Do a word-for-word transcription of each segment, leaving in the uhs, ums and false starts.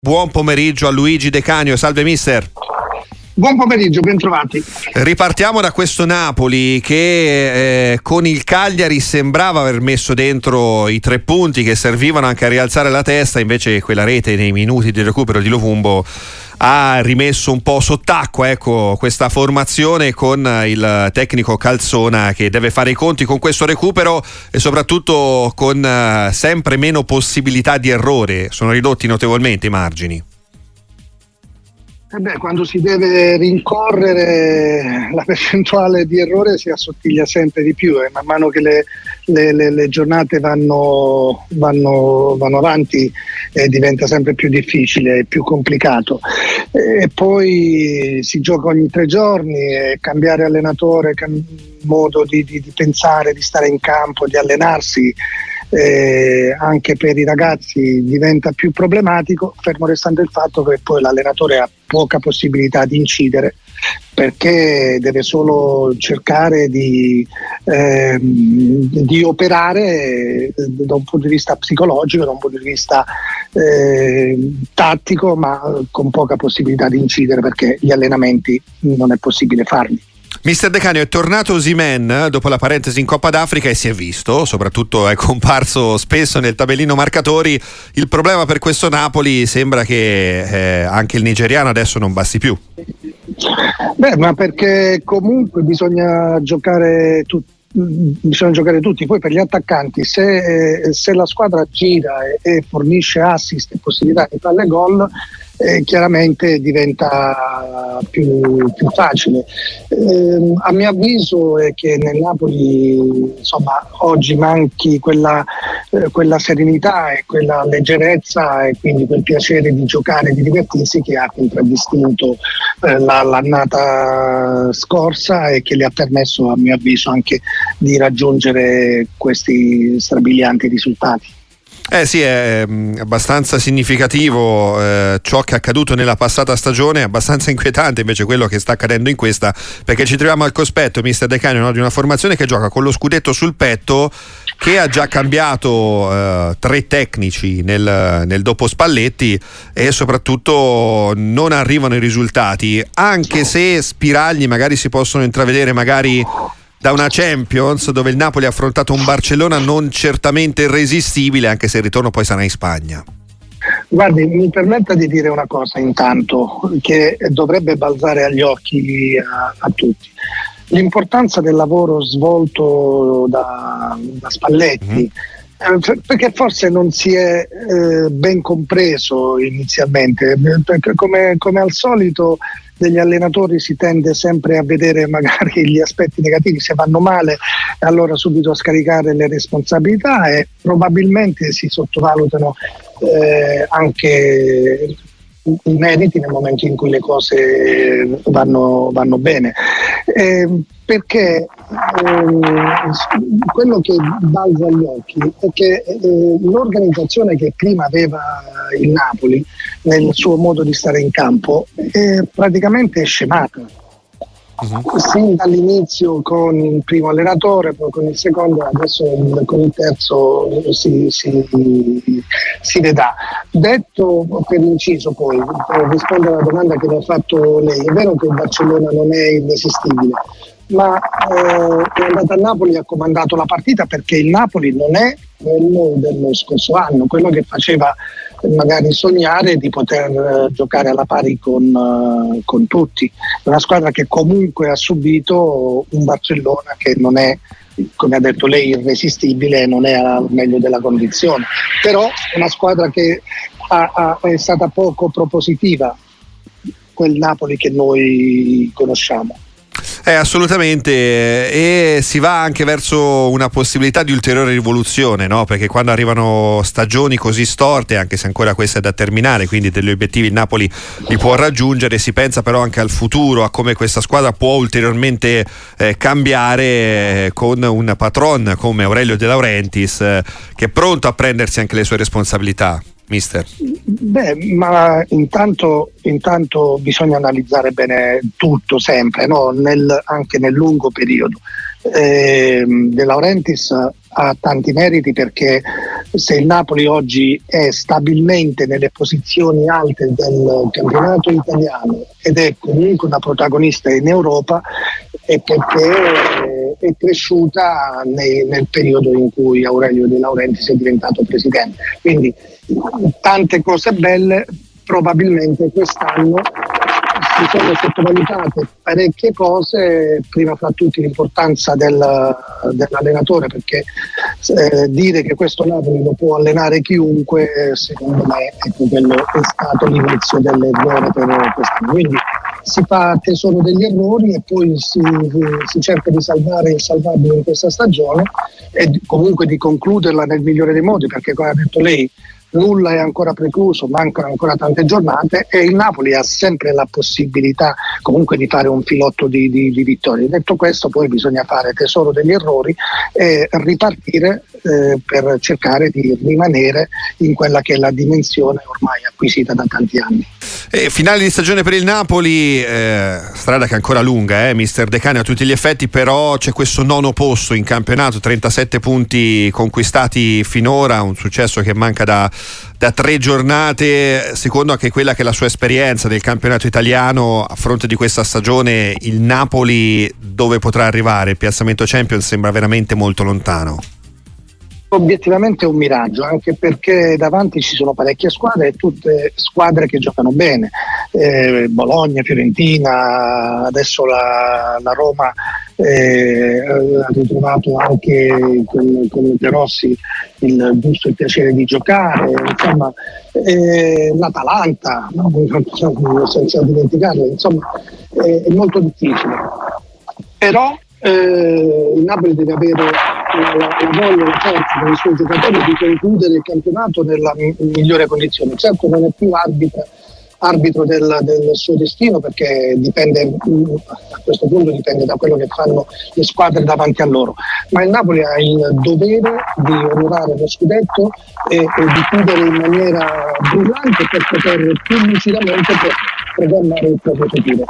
Buon pomeriggio a Luigi De Canio, salve mister. Buon pomeriggio, bentrovati. Ripartiamo da questo Napoli che eh, con il Cagliari sembrava aver messo dentro i tre punti che servivano anche a rialzare la testa, invece quella rete nei minuti di recupero di Lovumbo ha rimesso un po' sott'acqua, ecco, questa formazione con il tecnico Calzona che deve fare i conti con questo recupero e soprattutto con uh, sempre meno possibilità di errore. Sono ridotti notevolmente i margini. Eh beh, quando si deve rincorrere la percentuale di errore si assottiglia sempre di più e man mano che le, le, le, le giornate vanno, vanno, vanno avanti eh, diventa sempre più difficile e più complicato. E poi si gioca ogni tre giorni e cambiare allenatore, cam- modo di, di, di pensare, di stare in campo, di allenarsi. Eh, anche per i ragazzi diventa più problematico, fermo restando il fatto che poi l'allenatore ha poca possibilità di incidere perché deve solo cercare di, eh, di operare da un punto di vista psicologico, da un punto di vista eh, tattico, ma con poca possibilità di incidere perché gli allenamenti non è possibile farli. Mister De Canio, è tornato Osimhen dopo la parentesi in Coppa d'Africa e si è visto, soprattutto è comparso spesso nel tabellino marcatori. Il problema per questo Napoli sembra che eh, anche il nigeriano adesso non basti più. Beh, ma perché comunque bisogna giocare tutti. Bisogna giocare tutti, poi per gli attaccanti se, se la squadra gira e, e fornisce assist e possibilità di fare gol eh, chiaramente diventa più, più facile. Eh, a mio avviso è che nel Napoli insomma oggi manchi quella, eh, quella serenità e quella leggerezza e quindi quel piacere di giocare e di divertirsi che ha contraddistinto eh, la, l'annata scorsa e che le ha permesso a mio avviso anche di raggiungere questi strabilianti risultati. Eh sì, è mh, abbastanza significativo eh, ciò che è accaduto nella passata stagione, abbastanza inquietante invece quello che sta accadendo in questa, perché ci troviamo al cospetto, mister De Canio, no, di una formazione che gioca con lo scudetto sul petto, che ha già cambiato eh, tre tecnici nel, nel dopo Spalletti e soprattutto non arrivano i risultati, anche se spiragli magari si possono intravedere magari da una Champions dove il Napoli ha affrontato un Barcellona non certamente irresistibile, anche se il ritorno poi sarà in Spagna. Guardi, mi permetta di dire una cosa intanto che dovrebbe balzare agli occhi a, a tutti. L'importanza del lavoro svolto da, da Spalletti, mm-hmm. eh, perché forse non si è eh, ben compreso inizialmente, perché come, come al solito degli allenatori si tende sempre a vedere magari gli aspetti negativi, se vanno male allora subito a scaricare le responsabilità e probabilmente si sottovalutano eh, anche i meriti nel momento in cui le cose vanno, vanno bene. Eh, perché eh, quello che balza agli occhi è che eh, l'organizzazione che prima aveva il Napoli nel suo modo di stare in campo è praticamente scemata. Uh-huh. Sin dall'inizio con il primo allenatore, poi con il secondo, adesso con il terzo si, si, si vedrà. Detto per inciso poi, per rispondere alla domanda che mi ha fatto lei, è vero che il Barcellona non è irresistibile, ma eh, è andato a Napoli e ha comandato la partita perché il Napoli non è quello dello scorso anno, quello che faceva magari sognare di poter uh, giocare alla pari con, uh, con tutti. Una squadra che comunque ha subito un Barcellona che non è, come ha detto lei, irresistibile, non è al meglio della condizione, però una squadra che ha, ha, è stata poco propositiva, quel Napoli che noi conosciamo. Eh, assolutamente, e si va anche verso una possibilità di ulteriore rivoluzione, no? Perché quando arrivano stagioni così storte, anche se ancora questa è da terminare, quindi degli obiettivi il Napoli li può raggiungere, si pensa però anche al futuro, a come questa squadra può ulteriormente eh, cambiare eh, con un patron come Aurelio De Laurentiis eh, che è pronto a prendersi anche le sue responsabilità. Mister? Beh, ma intanto, intanto bisogna analizzare bene tutto sempre, no? Nel, anche nel lungo periodo. Eh, De Laurentiis ha tanti meriti, perché se il Napoli oggi è stabilmente nelle posizioni alte del campionato italiano ed è comunque una protagonista in Europa, è perché è cresciuta nei, nel periodo in cui Aurelio De Laurentiis è diventato presidente. Quindi tante cose belle. Probabilmente quest'anno si sono sottovalutate parecchie cose, prima fra tutti l'importanza del, dell'allenatore, perché eh, dire che questo Napoli lo può allenare chiunque, eh, secondo me ecco, quello è stato l'inizio dell'errore per quest'anno. Quindi si fa tesoro degli errori e poi si, si cerca di salvare il salvabile in questa stagione e comunque di concluderla nel migliore dei modi, perché come ha detto lei nulla è ancora precluso, mancano ancora tante giornate e il Napoli ha sempre la possibilità comunque di fare un filotto di, di, di vittorie. Detto questo, poi bisogna fare tesoro degli errori e ripartire eh, per cercare di rimanere in quella che è la dimensione ormai acquisita da tanti anni. E finale di stagione per il Napoli, eh, strada che è ancora lunga, eh, mister De Canio a tutti gli effetti, però c'è questo nono posto in campionato, trentasette punti conquistati finora, un successo che manca da, da tre giornate, secondo anche quella che è la sua esperienza del campionato italiano. A fronte di questa stagione il Napoli dove potrà arrivare? Il piazzamento Champions sembra veramente molto lontano. Obiettivamente è un miraggio, anche perché davanti ci sono parecchie squadre e tutte squadre che giocano bene, eh, Bologna, Fiorentina, adesso la, la Roma eh, ha ritrovato anche con, con De Rossi il gusto e il piacere di giocare, insomma eh, l'Atalanta, no? Senza dimenticarlo, insomma eh, è molto difficile, però eh, il Napoli deve avere La, la, la voglia, la forza dei suoi giocatori di concludere il campionato nella mi- migliore condizione. Certo non è più arbitra, arbitro del, del suo destino, perché dipende, a questo punto dipende da quello che fanno le squadre davanti a loro, ma il Napoli ha il dovere di onorare lo scudetto e, e di chiudere in maniera brillante per poter più lucidamente per programmare il proprio futuro.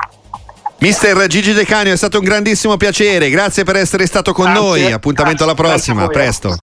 Mister Gigi De Canio, è stato un grandissimo piacere, grazie per essere stato con Grazie, noi, appuntamento alla prossima, a voi. presto.